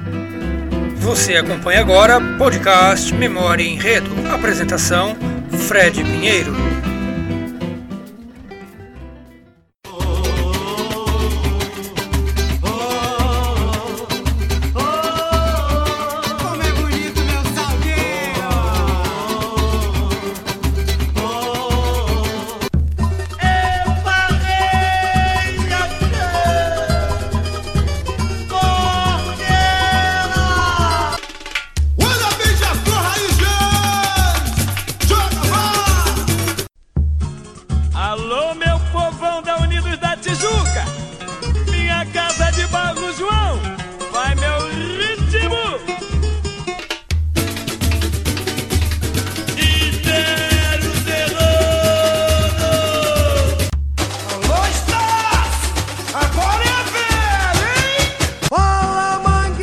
Você acompanha agora podcast Memória e Enredo. Apresentação Fred Pinheiro. Alô, meu povão da Unidos da Tijuca, minha casa de Barro João, vai meu ritmo. Intero Serrano. Alô, Stars! Agora é velho, hein? Fala,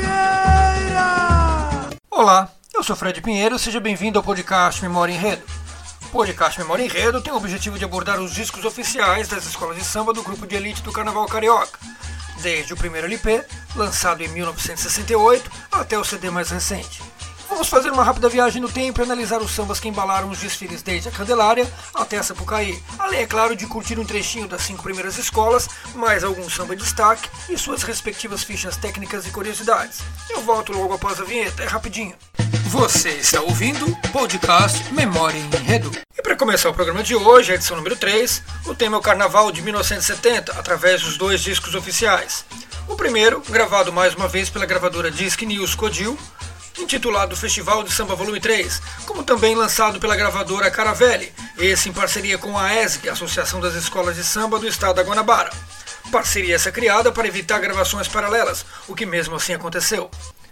Mangueira! Olá, eu sou Fred Pinheiro, seja bem-vindo ao podcast Memória e Enredo. O podcast Memória e Enredo tem o objetivo de abordar os discos oficiais das escolas de samba do grupo de elite do Carnaval Carioca, desde o primeiro LP, lançado em 1968, até o CD mais recente. Vamos fazer uma rápida viagem no tempo e analisar os sambas que embalaram os desfiles desde a Candelária até a Sapucaí, além, é claro, de curtir um trechinho das 5 primeiras escolas, mais algum samba de destaque e suas respectivas fichas técnicas e curiosidades. Eu volto logo após a vinheta, é rapidinho. Você está ouvindo o podcast Memória e Enredo. E para começar o programa de hoje, a edição número 3, o tema é o Carnaval de 1970, através dos 2 discos oficiais. O primeiro, gravado mais uma vez pela gravadora Disque News Codil, intitulado Festival de Samba Volume 3, como também lançado pela gravadora Caravelli, esse em parceria com a ESG, Associação das Escolas de Samba do Estado da Guanabara. Parceria essa criada para evitar gravações paralelas, o que mesmo assim aconteceu.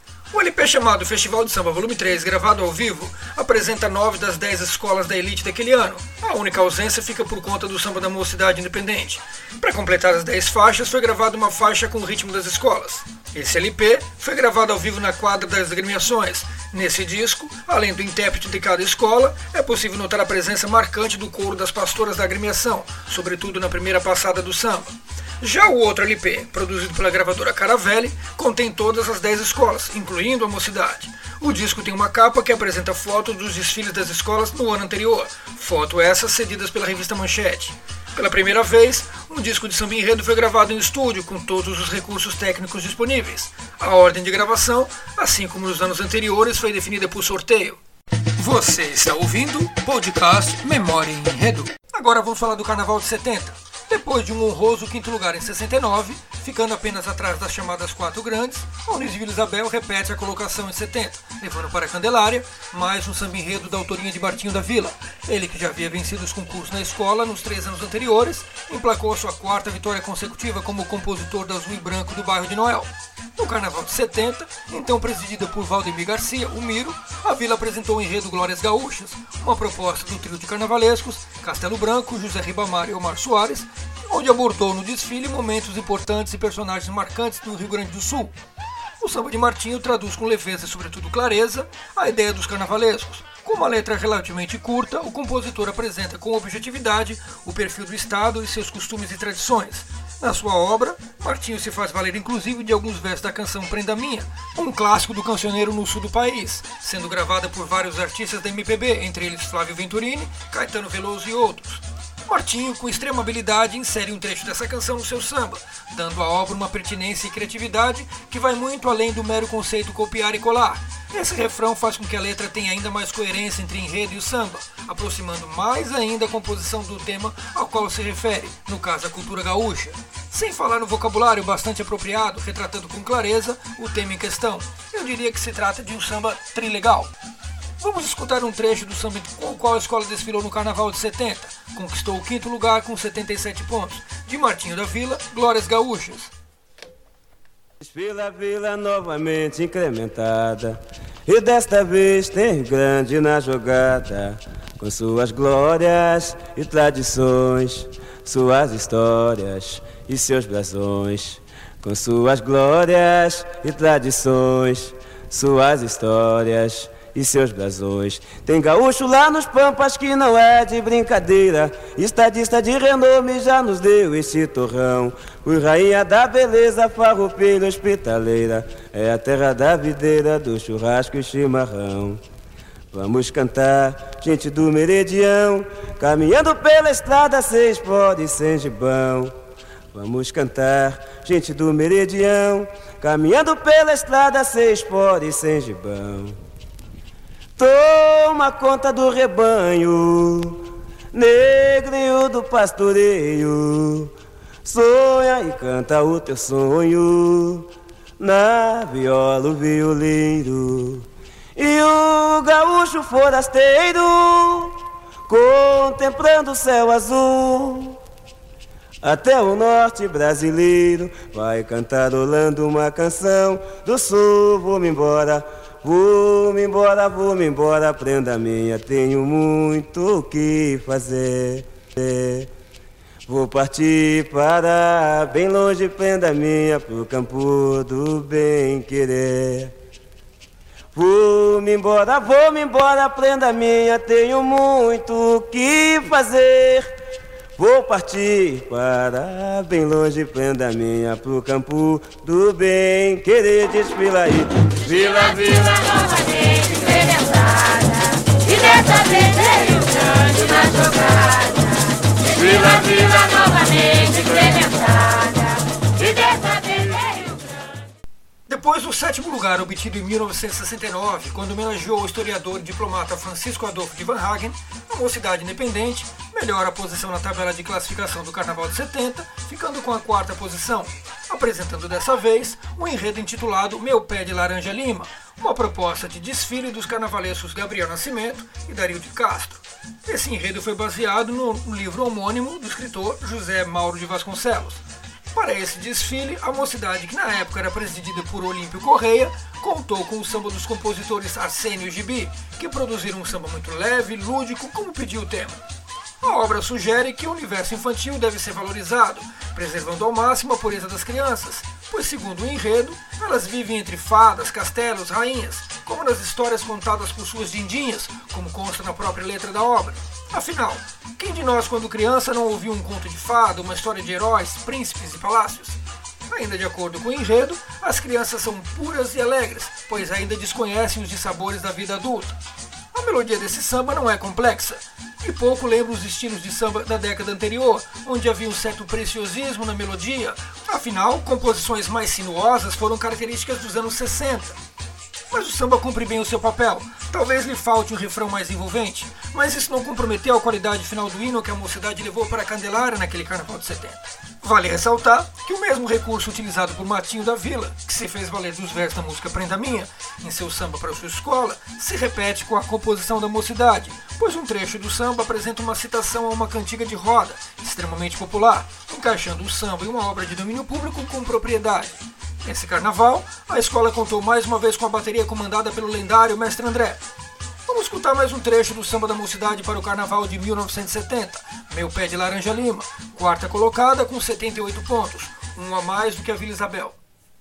O LP chamado Festival de Samba Volume 3, gravado ao vivo, apresenta 9 das 10 escolas da elite daquele ano. A única ausência fica por conta do samba da Mocidade Independente. Para completar as 10 faixas, foi gravada uma faixa com o ritmo das escolas. Esse LP foi gravado ao vivo na quadra das agremiações. Nesse disco, além do intérprete de cada escola, é possível notar a presença marcante do coro das pastoras da agremiação, sobretudo na primeira passada do samba. Já o outro LP, produzido pela gravadora Caravelli, contém todas as 10 escolas, incluindo a Mocidade. O disco tem uma capa que apresenta fotos dos desfiles das escolas no ano anterior, foto essas cedidas pela revista Manchete. Pela primeira vez, um disco de samba enredo foi gravado em estúdio, com todos os recursos técnicos disponíveis. A ordem de gravação, assim como nos anos anteriores, foi definida por sorteio. Você está ouvindo o podcast Memória e Enredo. Agora vamos falar do Carnaval de 70. Depois de um honroso 5º lugar em 69, ficando apenas atrás das chamadas 4 grandes, a Unis Vila Isabel repete a colocação em 70, levando para a Candelária mais um samba enredo da autoria de Martinho da Vila. Ele, que já havia vencido os concursos na escola nos 3 anos anteriores, emplacou sua 4ª vitória consecutiva como compositor da Azul e Branco do bairro de Noel. No Carnaval de 70, então presidida por Valdemir Garcia, o Miro, a Vila apresentou o enredo Glórias Gaúchas, uma proposta do trio de carnavalescos Castelo Branco, José Ribamar e Omar Soares, onde abordou no desfile momentos importantes e personagens marcantes do Rio Grande do Sul. O samba de Martinho traduz com leveza e sobretudo clareza a ideia dos carnavalescos. Com uma letra relativamente curta, o compositor apresenta com objetividade o perfil do Estado e seus costumes e tradições. Na sua obra, Martinho se faz valer inclusive de alguns versos da canção Prenda Minha, um clássico do cancioneiro no sul do país, sendo gravada por vários artistas da MPB, entre eles Flávio Venturini, Caetano Veloso e outros. Martinho, com extrema habilidade, insere um trecho dessa canção no seu samba, dando à obra uma pertinência e criatividade que vai muito além do mero conceito copiar e colar. Esse refrão faz com que a letra tenha ainda mais coerência entre enredo e o samba, aproximando mais ainda a composição do tema ao qual se refere, no caso a cultura gaúcha. Sem falar no vocabulário bastante apropriado, retratando com clareza o tema em questão, eu diria que se trata de um samba trilegal. Vamos escutar um trecho do samba com o qual a escola desfilou no Carnaval de 70, conquistou o 5º lugar com 77 pontos, de Martinho da Vila, Glórias Gaúchas. Desfila a Vila novamente incrementada, e desta vez tem Rio Grande na jogada, com suas glórias e tradições, suas histórias e seus brasões, com suas glórias e tradições, suas histórias e seus brasões. Tem gaúcho lá nos pampas que não é de brincadeira, estadista de renome já nos deu esse torrão. Por rainha da beleza, farroupilha hospitaleira, é a terra da videira, do churrasco e chimarrão. Vamos cantar, gente do meridião, caminhando pela estrada, sem espora e sem gibão. Vamos cantar, gente do meridião, caminhando pela estrada, sem espora e sem gibão. Toma conta do rebanho, negrinho do pastoreio, sonha e canta o teu sonho, na viola o violeiro. E o gaúcho forasteiro, contemplando o céu azul, até o norte brasileiro, vai cantarolando uma canção do sul. Vou-me embora, vou-me embora, vou-me embora, prenda minha, tenho muito o que fazer. Vou partir para bem longe, prenda minha, pro campo do bem-querer. Vou-me embora, prenda minha, tenho muito o que fazer. Vou partir para bem longe, prenda minha, pro campo do bem querer. Desfila aí, Vila, vila novamente incrementada, e dessa vez veio grande na jogada. Vila, vila novamente incrementada, e dessa vez veio grande. Depois do 7º lugar obtido em 1969, quando homenageou o historiador e diplomata Francisco Adolfo de Vanhagen, a Mocidade Independente melhora a posição na tabela de classificação do Carnaval de 70, ficando com a 4ª posição, apresentando dessa vez um enredo intitulado Meu Pé de Laranja Lima, uma proposta de desfile dos carnavalescos Gabriel Nascimento e Dario de Castro. Esse enredo foi baseado no livro homônimo do escritor José Mauro de Vasconcelos. Para esse desfile, a Mocidade, que na época era presidida por Olímpio Correia, contou com o samba dos compositores Arsênio e Gibi, que produziram um samba muito leve e lúdico, como pediu o tema. A obra sugere que o universo infantil deve ser valorizado, preservando ao máximo a pureza das crianças, pois, segundo o enredo, elas vivem entre fadas, castelos, rainhas, como nas histórias contadas por suas dindinhas, como consta na própria letra da obra. Afinal, quem de nós, quando criança, não ouviu um conto de fada, uma história de heróis, príncipes e palácios? Ainda de acordo com o enredo, as crianças são puras e alegres, pois ainda desconhecem os dissabores da vida adulta. A melodia desse samba não é complexa, e pouco lembra os estilos de samba da década anterior, onde havia um certo preciosismo na melodia. Afinal, composições mais sinuosas foram características dos anos 60. Mas o samba cumpre bem o seu papel. Talvez lhe falte um refrão mais envolvente, mas isso não comprometeu a qualidade final do hino que a Mocidade levou para a Candelária naquele Carnaval de 70. Vale ressaltar que o mesmo recurso utilizado por Matinho da Vila, que se fez valer dos versos da música Prenda Minha, em seu samba para sua escola, se repete com a composição da Mocidade, pois um trecho do samba apresenta uma citação a uma cantiga de roda, extremamente popular, encaixando o samba em uma obra de domínio público com propriedade. Nesse carnaval, a escola contou mais uma vez com a bateria comandada pelo lendário Mestre André. Vamos escutar mais um trecho do samba da Mocidade para o Carnaval de 1970, Meu Pé de Laranja Lima, 4ª colocada com 78 pontos, um a mais do que a Vila Isabel.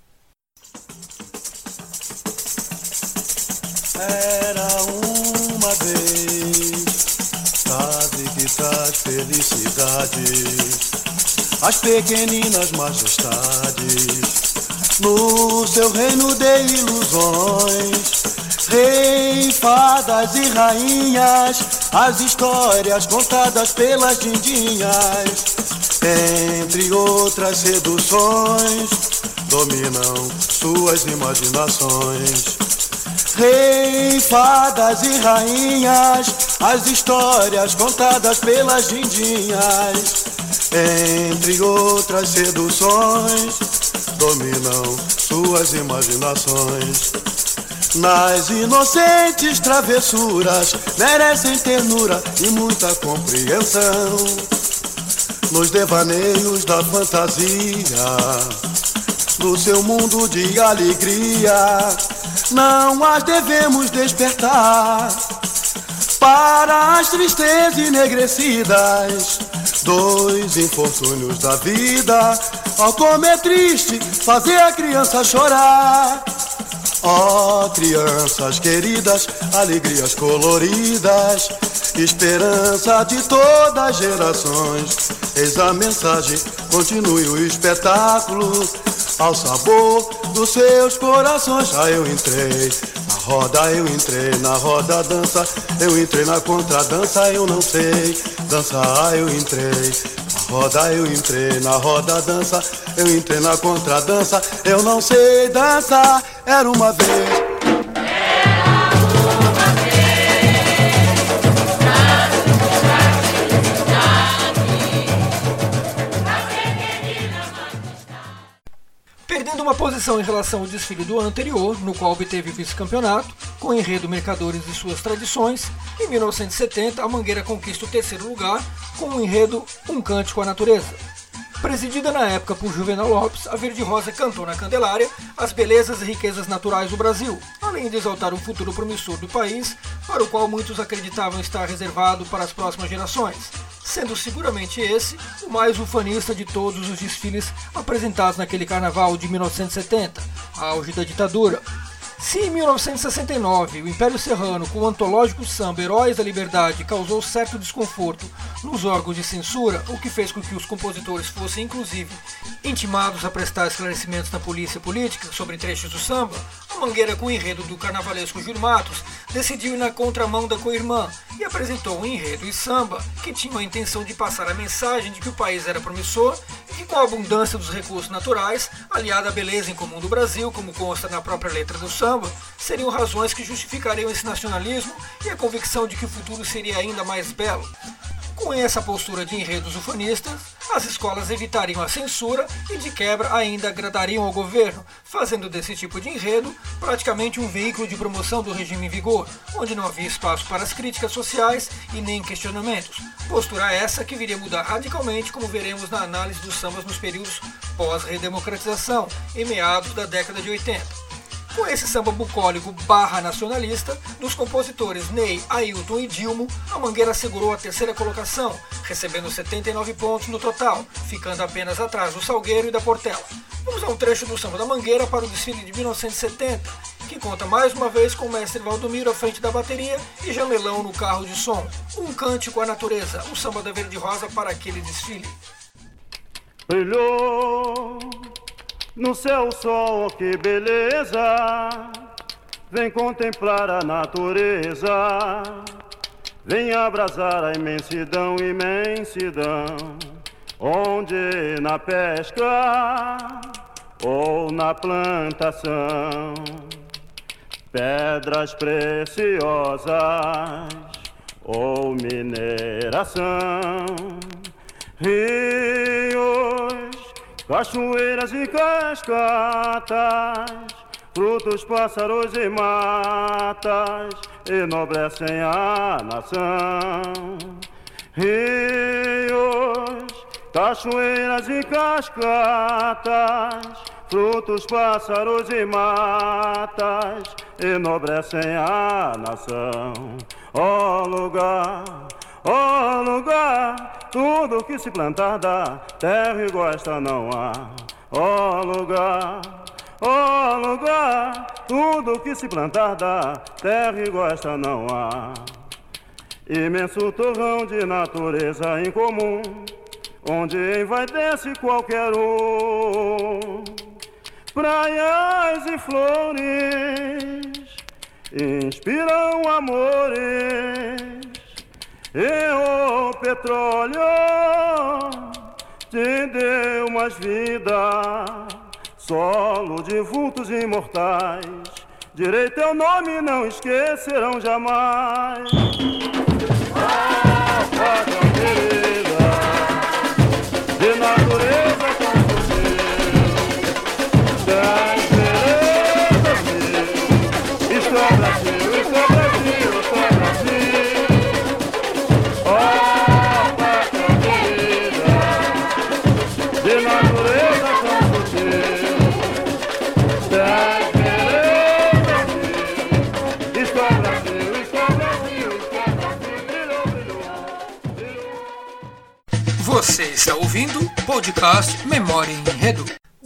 Era uma vez tarde que traz felicidade, as pequeninas majestades, no seu reino de ilusões, rei, fadas e rainhas, as histórias contadas pelas dindinhas, entre outras seduções, dominam suas imaginações. Rei, fadas e rainhas, as histórias contadas pelas dindinhas, entre outras seduções, dominam suas imaginações. Nas inocentes travessuras merecem ternura e muita compreensão. Nos devaneios da fantasia, no seu mundo de alegria, não as devemos despertar para as tristezas enegrecidas dos infortúnios da vida. Ó, como é triste fazer a criança chorar. Ó crianças queridas, alegrias coloridas, esperança de todas as gerações. Eis a mensagem, continue o espetáculo, ao sabor dos seus corações. Ah, eu entrei na roda dança, eu entrei na contradança, eu não sei dançar. Eu entrei na roda dança, eu entrei na contradança, eu não sei dançar. Era uma vez. Perdendo uma posição em relação ao desfile do ano anterior, no qual obteve o vice-campeonato, com o enredo Mercadores e Suas Tradições, em 1970 a Mangueira conquista o terceiro lugar com o enredo Um Cântico à Natureza. Presidida na época por Juvenal Lopes, a Verde Rosa cantou na Candelária as belezas e riquezas naturais do Brasil, além de exaltar um futuro promissor do país, para o qual muitos acreditavam estar reservado para as próximas gerações, sendo seguramente esse o mais ufanista de todos os desfiles apresentados naquele carnaval de 1970, auge da ditadura. Se em 1969 o Império Serrano, com o antológico samba Heróis da Liberdade, causou certo desconforto nos órgãos de censura, o que fez com que os compositores fossem inclusive intimados a prestar esclarecimentos na polícia política sobre trechos do samba, a Mangueira, com o enredo do carnavalesco Júlio Matos, decidiu ir na contramão da co-irmã e apresentou um enredo e samba que tinham a intenção de passar a mensagem de que o país era promissor e que, com a abundância dos recursos naturais, aliada à beleza em comum do Brasil, como consta na própria letra do samba, seriam razões que justificariam esse nacionalismo e a convicção de que o futuro seria ainda mais belo. Com essa postura de enredos ufanistas, as escolas evitariam a censura e, de quebra, ainda agradariam ao governo, fazendo desse tipo de enredo praticamente um veículo de promoção do regime em vigor, onde não havia espaço para as críticas sociais e nem questionamentos. Postura essa que viria mudar radicalmente, como veremos na análise dos sambas nos períodos pós-redemocratização, em meados da década de 80. Com esse samba bucólico barra nacionalista, dos compositores Ney, Ailton e Dilmo, a Mangueira segurou a terceira colocação, recebendo 79 pontos no total, ficando apenas atrás do Salgueiro e da Portela. Vamos a um trecho do samba da Mangueira para o desfile de 1970, que conta mais uma vez com o mestre Valdomiro à frente da bateria e Jamelão no carro de som. Um Cântico à Natureza, o samba da Verde Rosa para aquele desfile. Brilhou no céu o sol, que beleza, vem contemplar a natureza, vem abrasar a imensidão, onde na pesca ou na plantação, pedras preciosas ou mineração, rios, cachoeiras e cascatas, frutos, pássaros e matas enobrecem a nação. Rios, cachoeiras e cascatas, frutos, pássaros e matas enobrecem a nação. Ó lugar, tudo que se plantar dá, terra igual esta não há. Ó lugar, tudo que se plantar dá, terra igual esta não há. Imenso torrão de natureza incomum, onde envaidece qualquer um. Praias e flores inspiram amores, e o petróleo te deu mais vida, solo de vultos imortais, direito é o nome, não esquecerão jamais. Oh, pátria querida, de natureza confundiu, das veredas mil, isto é Brasil, isto é Brasil, isto é Brasil. Oh, pátria querida, de natureza confundiu, das veredas mil, isto é Brasil, isto é Brasil, isto é Brasil, brilhou, brilhou, brilhou. Você está ouvindo o podcast Memória em Enredo. Depois do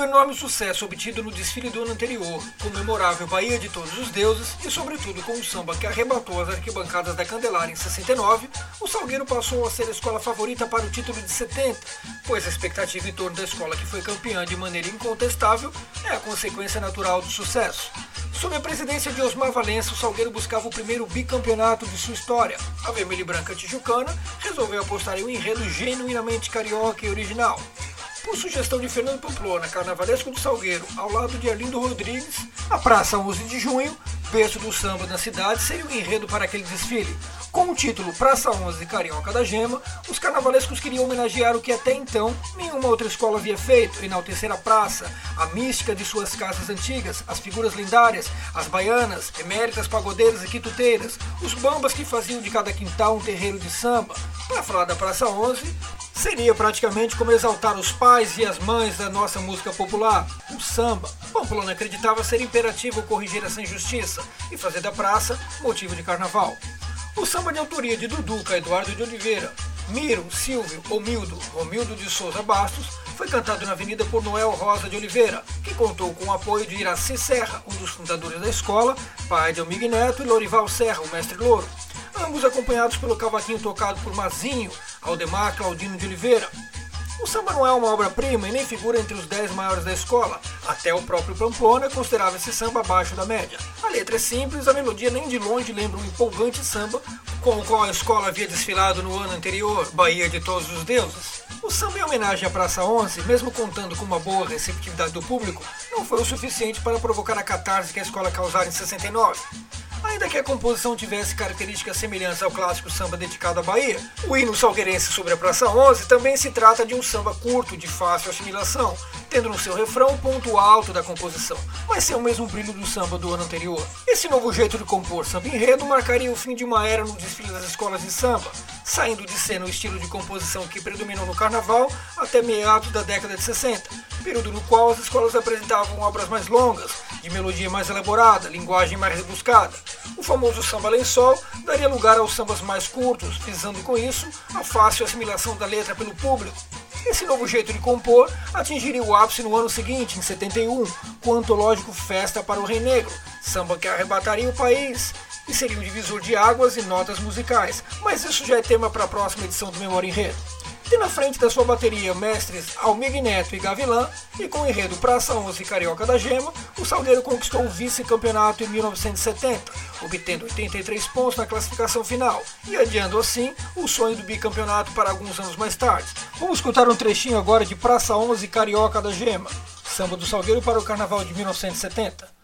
o enorme sucesso obtido no desfile do ano anterior, com o memorável Bahia de Todos os Deuses e, sobretudo, com o samba que arrebatou as arquibancadas da Candelária em 69, o Salgueiro passou a ser a escola favorita para o título de 70, pois a expectativa em torno da escola que foi campeã de maneira incontestável é a consequência natural do sucesso. Sob a presidência de Osmar Valença, o Salgueiro buscava o primeiro bicampeonato de sua história. A Vermelha e Branca Tijucana resolveu apostar em um enredo genuinamente carioca e original. Por sugestão de Fernando Pamplona, carnavalesco do Salgueiro, ao lado de Arlindo Rodrigues, a Praça 11 de Junho, berço do samba na cidade, seria o enredo para aquele desfile. Com o título Praça 11 Carioca da Gema, os carnavalescos queriam homenagear o que até então nenhuma outra escola havia feito, enaltecer a praça, a mística de suas casas antigas, as figuras lendárias, as baianas, eméritas pagodeiras e quituteiras, os bambas que faziam de cada quintal um terreiro de samba. Para falar da Praça 11, seria praticamente como exaltar os pais e as mães da nossa música popular, o samba. Pamplona acreditava ser imperativo corrigir essa injustiça e fazer da praça motivo de carnaval. O samba de autoria de Duduca, Eduardo de Oliveira, Miro, Silvio, Omildo, Romildo de Souza Bastos, foi cantado na Avenida por Noel Rosa de Oliveira, que contou com o apoio de Iraci Serra, um dos fundadores da escola, pai de Almig Neto, e Lorival Serra, o mestre louro, ambos acompanhados pelo cavaquinho tocado por Mazinho, Aldemar Claudino de Oliveira. O samba não é uma obra-prima e nem figura entre os 10 maiores da escola. Até o próprio Pamplona considerava esse samba abaixo da média. A letra é simples, a melodia nem de longe lembra um empolgante samba com o qual a escola havia desfilado no ano anterior, Bahia de Todos os Deuses. O samba em homenagem à Praça 11, mesmo contando com uma boa receptividade do público, não foi o suficiente para provocar a catarse que a escola causara em 69. Ainda que a composição tivesse características semelhantes ao clássico samba dedicado à Bahia, o hino salgueirense sobre a Praça 11 também se trata de um samba curto, de fácil assimilação, tendo no seu refrão o ponto alto da composição, mas sem o mesmo brilho do samba do ano anterior. Esse novo jeito de compor samba enredo marcaria o fim de uma era no desfile das escolas de samba, saindo de cena o estilo de composição que predominou no carnaval até meados da década de 60, período no qual as escolas apresentavam obras mais longas, de melodia mais elaborada, linguagem mais rebuscada. O famoso samba lençol daria lugar aos sambas mais curtos, visando com isso a fácil assimilação da letra pelo público. Esse novo jeito de compor atingiria o ápice no ano seguinte, em 71, com o antológico Festa para o Rei Negro, samba que arrebataria o país e seria um divisor de águas e notas musicais, mas isso já é tema para a próxima edição do Memória Enredo. Tem na frente da sua bateria mestres Almig Neto e Gavilã, e com o enredo Praça 11 Carioca da Gema, o Salgueiro conquistou o vice-campeonato em 1970, obtendo 83 pontos na classificação final, e adiando assim o sonho do bicampeonato para alguns anos mais tarde. Vamos escutar um trechinho agora de Praça 11 Carioca da Gema, samba do Salgueiro para o Carnaval de 1970.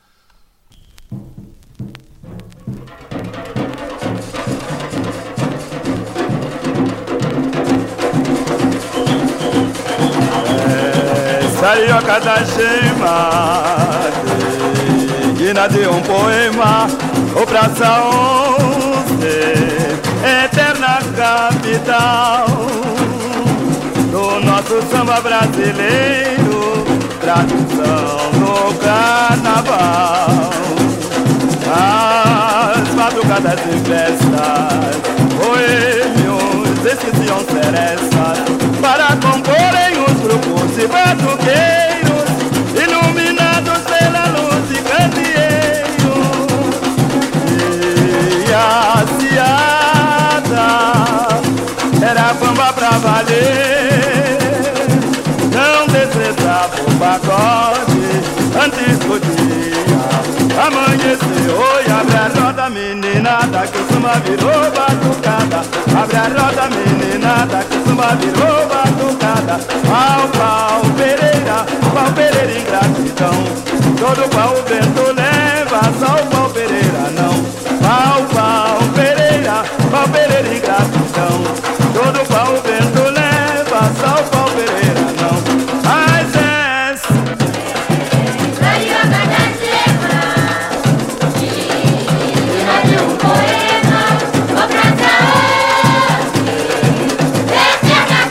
Carioca da Gema, digna de um poema, o Praça 11, eterna capital do nosso samba brasileiro, tradição no carnaval. As madrugadas de festas, boêmios esqueciam serestas para comporem os grupos e batuqueiros, iluminados pela luz de candeeiros. E a ciada era bamba pra valer, não desprezava o pagode antes do dia amanhecer. Oi, abre a roda, meninada, que o samba virou batucada. Abre a roda, meninada, que o samba virou batucada. Pau Pereira, ingratidão. Todo pau o vento leva, só o pau Pereira não. Pau Pereira, ingratidão. Todo pau o vento leva, só o pau Pereira não. Mas é Carioca da Gema, digna de um poema, o Praça 11, eterna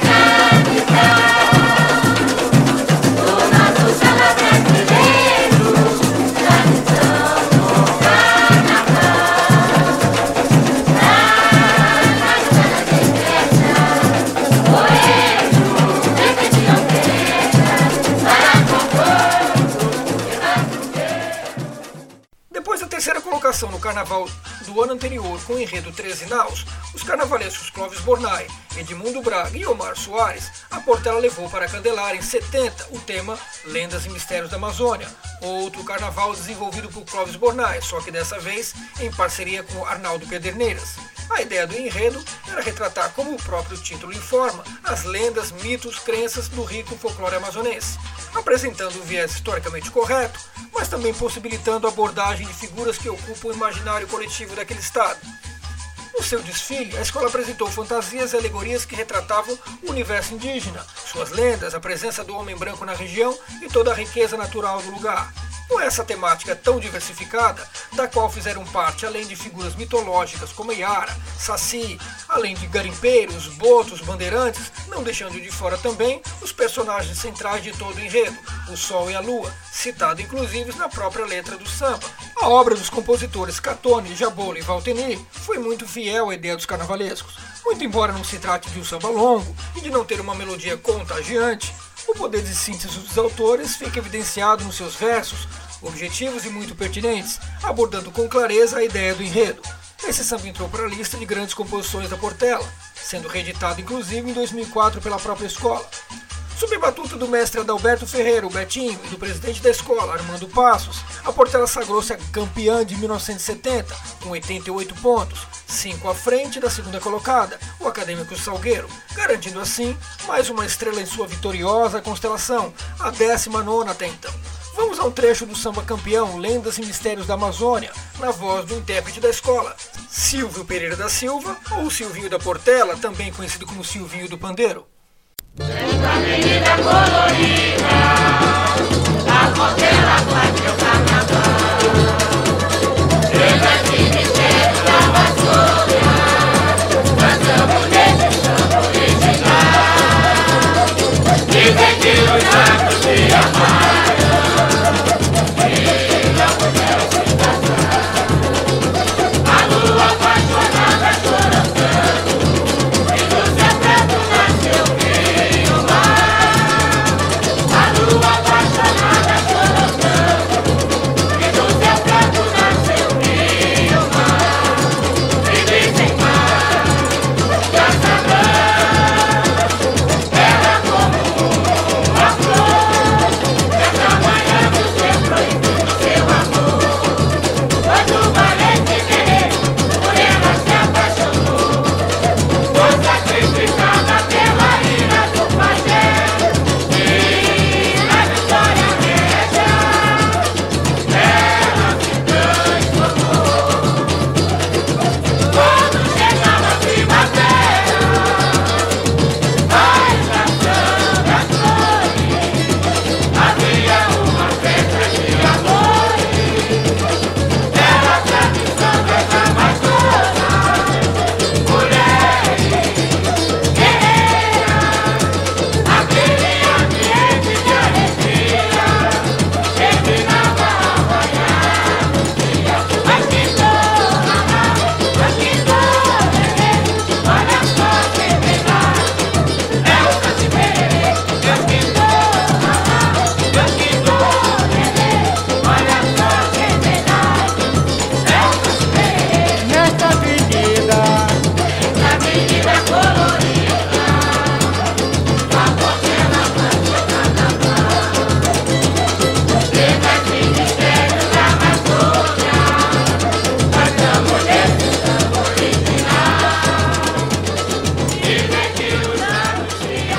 capital do nosso samba brasileiro, tradição terceira colocação no carnaval do ano anterior, com o enredo 13 Naus, os carnavalescos Clóvis Bornai, Edmundo Braga e Omar Soares, a Portela levou para Candelária em 70 o tema Lendas e Mistérios da Amazônia, outro carnaval desenvolvido por Clóvis Bornai, só que dessa vez em parceria com Arnaldo Pederneiras. A ideia do enredo era retratar, como o próprio título informa, as lendas, mitos, crenças do rico folclore amazonense, apresentando um viés historicamente correto, mas também possibilitando a abordagem de figuras que ocupam o imaginário coletivo daquele estado. No seu desfile, a escola apresentou fantasias e alegorias que retratavam o universo indígena, suas lendas, a presença do homem branco na região e toda a riqueza natural do lugar. Com essa temática tão diversificada, da qual fizeram parte, além de figuras mitológicas como Iara, Saci, além de garimpeiros, botos, bandeirantes, não deixando de fora também os personagens centrais de todo o enredo, o Sol e a Lua, citado inclusive na própria letra do samba. A obra dos compositores Catone, Jabolo e Valteni foi muito fiel à ideia dos carnavalescos. Muito embora não se trate de um samba longo e de não ter uma melodia contagiante, o poder de síntese dos autores fica evidenciado nos seus versos, objetivos e muito pertinentes, abordando com clareza a ideia do enredo. Esse samba entrou para a lista de grandes composições da Portela, sendo reeditado inclusive em 2004 pela própria escola. Sob a batuta do mestre Adalberto Ferreira, o Betinho, e do presidente da escola, Armando Passos, a Portela sagrou-se a campeã de 1970, com 88 pontos, 5 à frente da segunda colocada, o Acadêmico Salgueiro, garantindo assim mais uma estrela em sua vitoriosa constelação, a 19ª até então. Vamos a um trecho do samba campeão Lendas e Mistérios da Amazônia, na voz do intérprete da escola, Silvio Pereira da Silva, ou Silvinho da Portela, também conhecido como Silvinho do Pandeiro. Essa avenida colorida, a Portela faz meu carnaval. Lendas e mistérios da Amazônia, cantamos nesse samba original. Dizem que os santos se amaram e não puderam se casar. A lua apaixonada chorando, e no céu preto nasceu o rio mar. A lua apaixonada chorando, e no céu preto nasceu o rio mar. E dizem mais que essa mão era como uma flor, nessa manhã do céu proibindo seu amor. Quando o valente guerreiro por ela se apaixonou, foi sacrificada pela ira do pajé. E na vitória regia, ela se transformou. Quando chegava a primavera, a estação das flores, havia uma festa de amores. Era a tradição das Amazonas, mulheres guerreiras, aquele ambiente de alegria terminava a manhã do dia. Mas que dor, olha só que verdade, é o Saci Pererê. Deus que dor, olha só que verdade, é o Saci Pererê. Nesta Avenida colorida, a Portela faz o carnaval. Lendas e mistérios da Amazônia, cantamos nesse samba original. Dizem que os santos se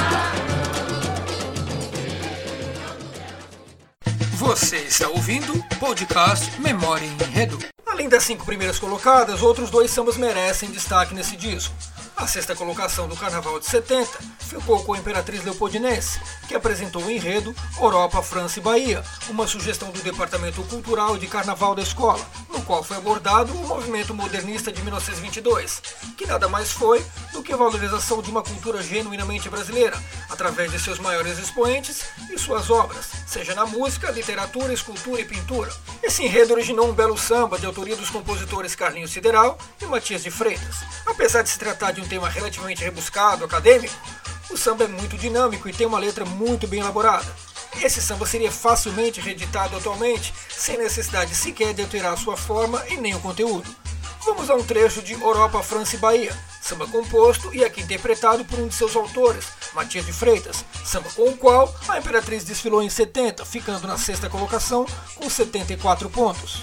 amaram. Você está ouvindo o podcast Memória em Enredo. Além das 5 primeiras colocadas, outros 2 sambas merecem destaque nesse disco. A sexta colocação do Carnaval de 70 ficou com a Imperatriz Leopoldinense, que apresentou o enredo Europa, França e Bahia, uma sugestão do Departamento Cultural de Carnaval da escola, no qual foi abordado o movimento modernista de 1922, que nada mais foi do que a valorização de uma cultura genuinamente brasileira, através de seus maiores expoentes e suas obras, seja na música, literatura, escultura e pintura. Esse enredo originou um belo samba de autoria dos compositores Carlinhos Sideral e Matias de Freitas. Apesar de se tratar de um tema relativamente rebuscado, acadêmico, o samba é muito dinâmico e tem uma letra muito bem elaborada. Esse samba seria facilmente reeditado atualmente, sem necessidade sequer de alterar sua forma e nem o conteúdo. Vamos a um trecho de Europa, França e Bahia, samba composto e aqui interpretado por um de seus autores, Matias de Freitas, samba com o qual a Imperatriz desfilou em 70, ficando na 6ª colocação com 74 pontos.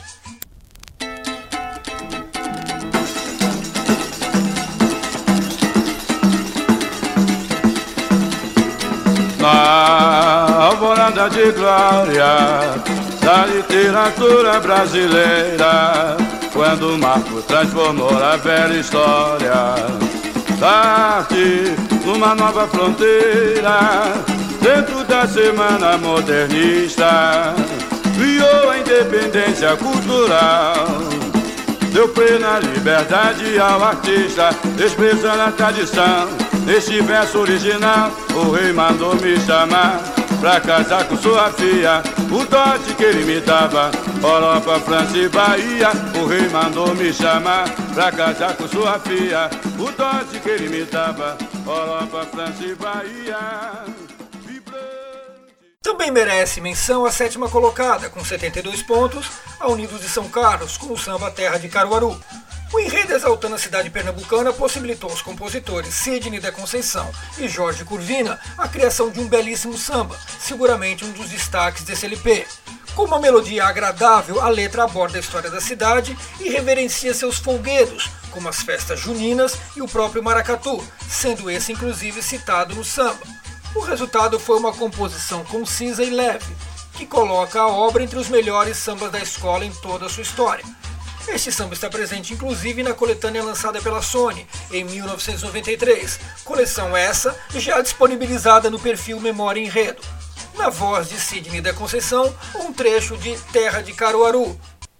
Na alvorada de glória da literatura brasileira, quando o Marco transformou a velha história da arte numa nova fronteira, dentro da semana modernista, criou a independência cultural, deu plena liberdade ao artista, expressando a tradição. Neste verso original, o rei mandou me chamar pra casar com sua filha, o dote que ele me dava, Europa, França e Bahia. O rei mandou me chamar pra casar com sua filha, o dote que ele me dava, Europa, França e Bahia. Também merece menção a 7ª colocada, com 72 pontos, a Unidos de São Carlos, com o samba Terra de Caruaru. O enredo exaltando a cidade pernambucana possibilitou aos compositores Sidney da Conceição e Jorge Curvina a criação de um belíssimo samba, seguramente um dos destaques desse LP. Com uma melodia agradável, a letra aborda a história da cidade e reverencia seus folguedos, como as festas juninas e o próprio maracatu, sendo esse inclusive citado no samba. O resultado foi uma composição concisa e leve, que coloca a obra entre os melhores sambas da escola em toda a sua história. Este samba está presente inclusive na coletânea lançada pela Sony em 1993, coleção essa já disponibilizada no perfil Memória em Enredo. Na voz de Sidney da Conceição, um trecho de Terra de Caruaru.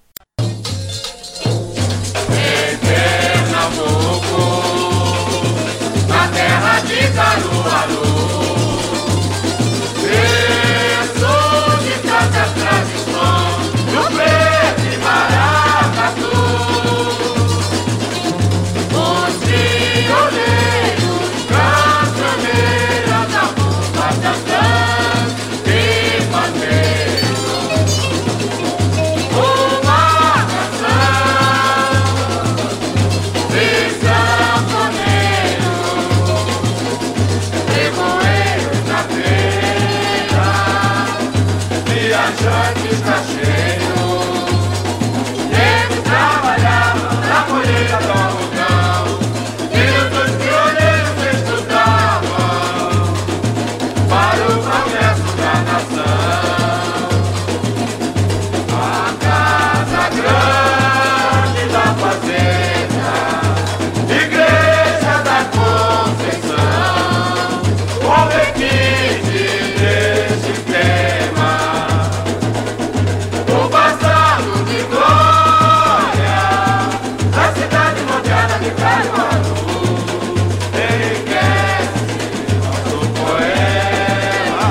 Em Pernambuco, na terra de Caruaru, berço de tantas tradições, do preto e maracatu, os violeiros, cancioneiras, da rumba cantando e pandeiro, uma canção de sanfoneiro, revoeiros na feira, viajantes cacheiros. Na colheita do algodão, e os pioneiros estudavam para o progresso da nação. A casa grande da fazenda, igreja da Conceição, o requinte deste tema, o passado de glória da cidade moderna de Caruaru, enriquece nosso poema,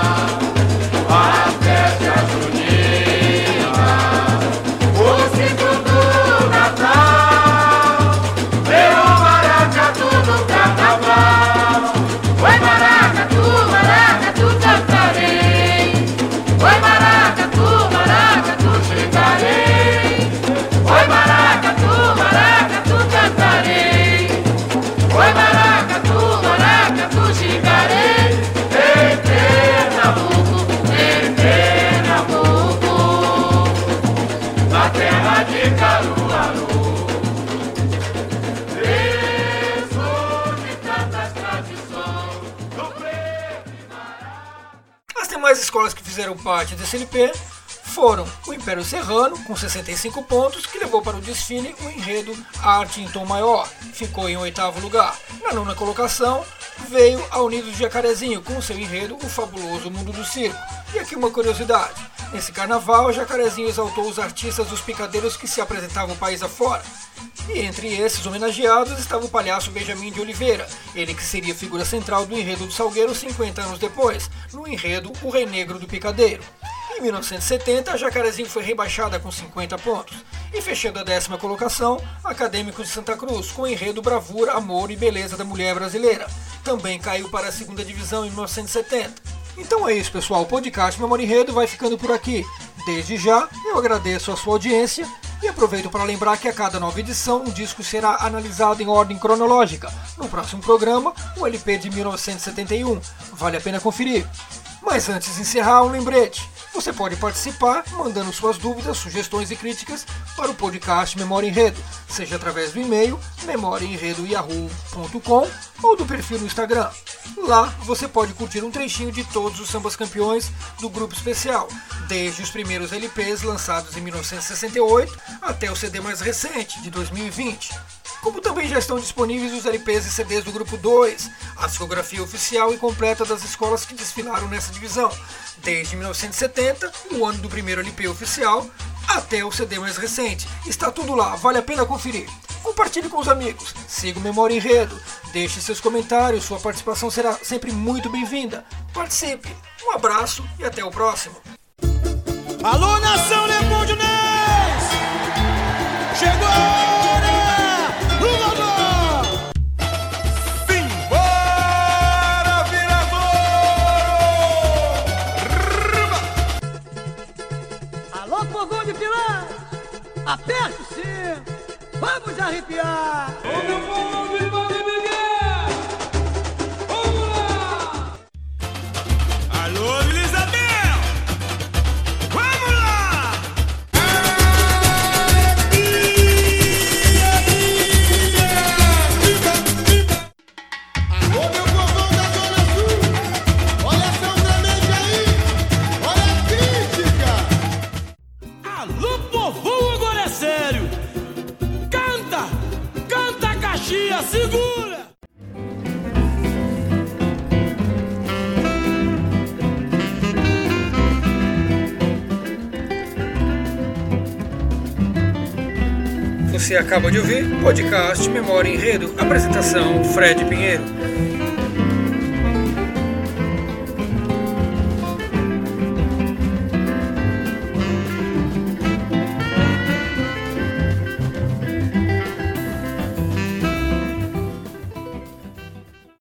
a festa junina, o ciclo do Natal, vê o maracatu no carnaval. Oi maracatu, maracatu cantarei, oi maracatu, maracatu gritarei, oi maracatu, maracatu cantarei, oi maracatu, maracatu xicarei. Em Pernambuco, na terra de Caruaru, berço de tantas tradições, do preto e maracatu. As demais escolas que fizeram parte desse LP foram o Império Serrano, com 65 pontos, que levou para o desfile o enredo Arte em Tom Maior, ficou em 8º lugar. Na 9ª colocação veio a Unidos de Jacarezinho, com seu enredo O Fabuloso Mundo do Circo. E aqui uma curiosidade, nesse carnaval, Jacarezinho exaltou os artistas dos picadeiros que se apresentavam o país afora. E entre esses homenageados estava o palhaço Benjamin de Oliveira, ele que seria figura central do enredo do Salgueiro 50 anos depois, no enredo O Rei Negro do Picadeiro. Em 1970, a Jacarezinho foi rebaixada com 50 pontos. E fechando a 10ª colocação, Acadêmicos de Santa Cruz, com o enredo Bravura, Amor e Beleza da Mulher Brasileira. Também caiu para a 2ª divisão em 1970. Então é isso, pessoal. O podcast Memória Enredo vai ficando por aqui. Desde já, eu agradeço a sua audiência e aproveito para lembrar que a cada nova edição um disco será analisado em ordem cronológica. No próximo programa, o LP de 1971. Vale a pena conferir. Mas antes de encerrar, um lembrete. Você pode participar mandando suas dúvidas, sugestões e críticas para o podcast Memória Enredo, seja através do e-mail memoriaenredo@yahoo.com ou do perfil no Instagram. Lá você pode curtir um trechinho de todos os sambas campeões do grupo especial, desde os primeiros LPs lançados em 1968 até o CD mais recente, de 2020. Como também já estão disponíveis os LPs e CDs do Grupo 2, a discografia oficial e completa das escolas que desfilaram nessa divisão, desde 1970, o ano do primeiro LP oficial, até o CD mais recente. Está tudo lá, vale a pena conferir. Compartilhe com os amigos, siga o Memória Enredo, deixe seus comentários, sua participação será sempre muito bem-vinda. Participe, um abraço e até o próximo. Alô, nação Leopoldinense! Chegou a hora do gogó! Simbora, Viradouro! Alô, povão de Pilar! Aperta o cinto! Vamos arrepiar! Ô, meu povo de Miguel! Vamos lá! Alô, Elisabel! Vamos lá! Alô, meu povão da Zona Sul, olha São Clemente aí, olha a crítica. Alô, povão, agora é sério! Canta! Canta, Caxias, segura! Você acaba de ouvir podcast Memória Enredo, apresentação Fred Pinheiro.